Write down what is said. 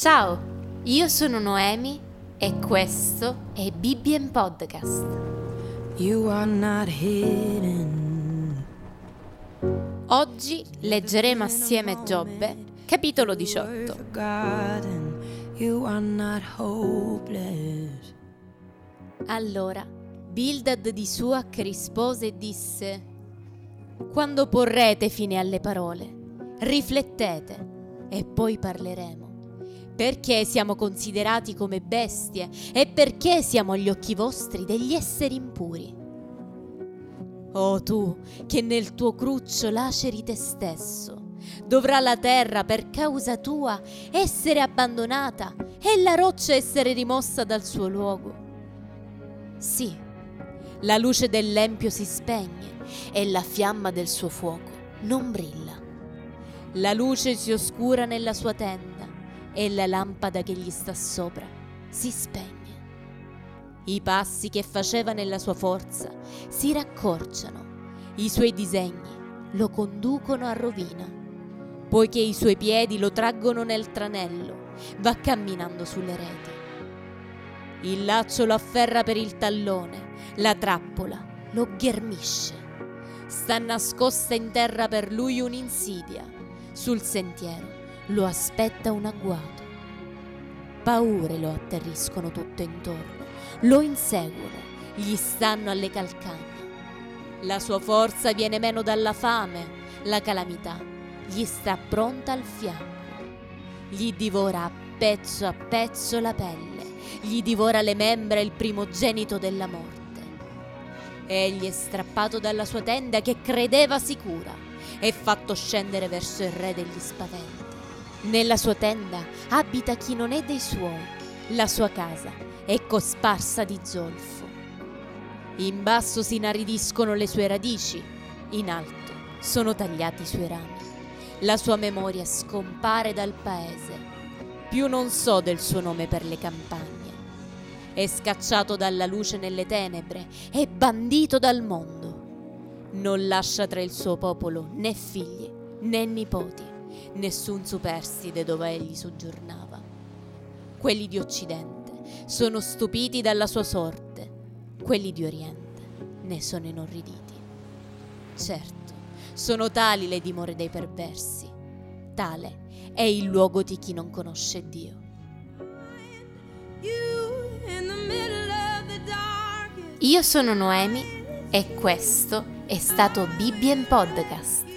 Ciao, io sono Noemi e questo è Bibbien Podcast. You are not hidden. Oggi leggeremo assieme Giobbe, capitolo 18. Forgotten. You are not hopeless. Allora Bildad di Suach rispose e disse: quando porrete fine alle parole, riflettete e poi parleremo. Perché siamo considerati come bestie e perché siamo agli occhi vostri degli esseri impuri? O tu, che nel tuo cruccio laceri te stesso, dovrà la terra per causa tua essere abbandonata e la roccia essere rimossa dal suo luogo. Sì, la luce dell'empio si spegne e la fiamma del suo fuoco non brilla. La luce si oscura nella sua tenda e la lampada che gli sta sopra si spegne. I passi che faceva nella sua forza si raccorciano, i suoi disegni lo conducono a rovina, poiché i suoi piedi lo traggono nel tranello, va camminando sulle reti. Il laccio lo afferra per il tallone, la trappola lo ghermisce. Sta nascosta in terra per lui un'insidia, sul sentiero lo aspetta un agguato. Paure lo atterriscono tutto intorno, lo inseguono, gli stanno alle calcagna. La sua forza viene meno dalla fame, la calamità gli sta pronta al fianco. Gli divora a pezzo la pelle, gli divora le membra il primogenito della morte. Egli è strappato dalla sua tenda che credeva sicura e fatto scendere verso il re degli spaventi. Nella sua tenda abita chi non è dei suoi, la sua casa è cosparsa di zolfo. In basso si inaridiscono le sue radici, in alto sono tagliati i suoi rami. La sua memoria scompare dal paese, più non so del suo nome per le campagne. È scacciato dalla luce nelle tenebre, è bandito dal mondo. Non lascia tra il suo popolo né figli né nipoti, nessun superstite dove egli soggiornava. Quelli di Occidente sono stupiti dalla sua sorte, quelli di Oriente ne sono inorriditi. Certo, sono tali le dimore dei perversi, tale è il luogo di chi non conosce Dio. Io sono Noemi e questo è stato Bibbien Podcast.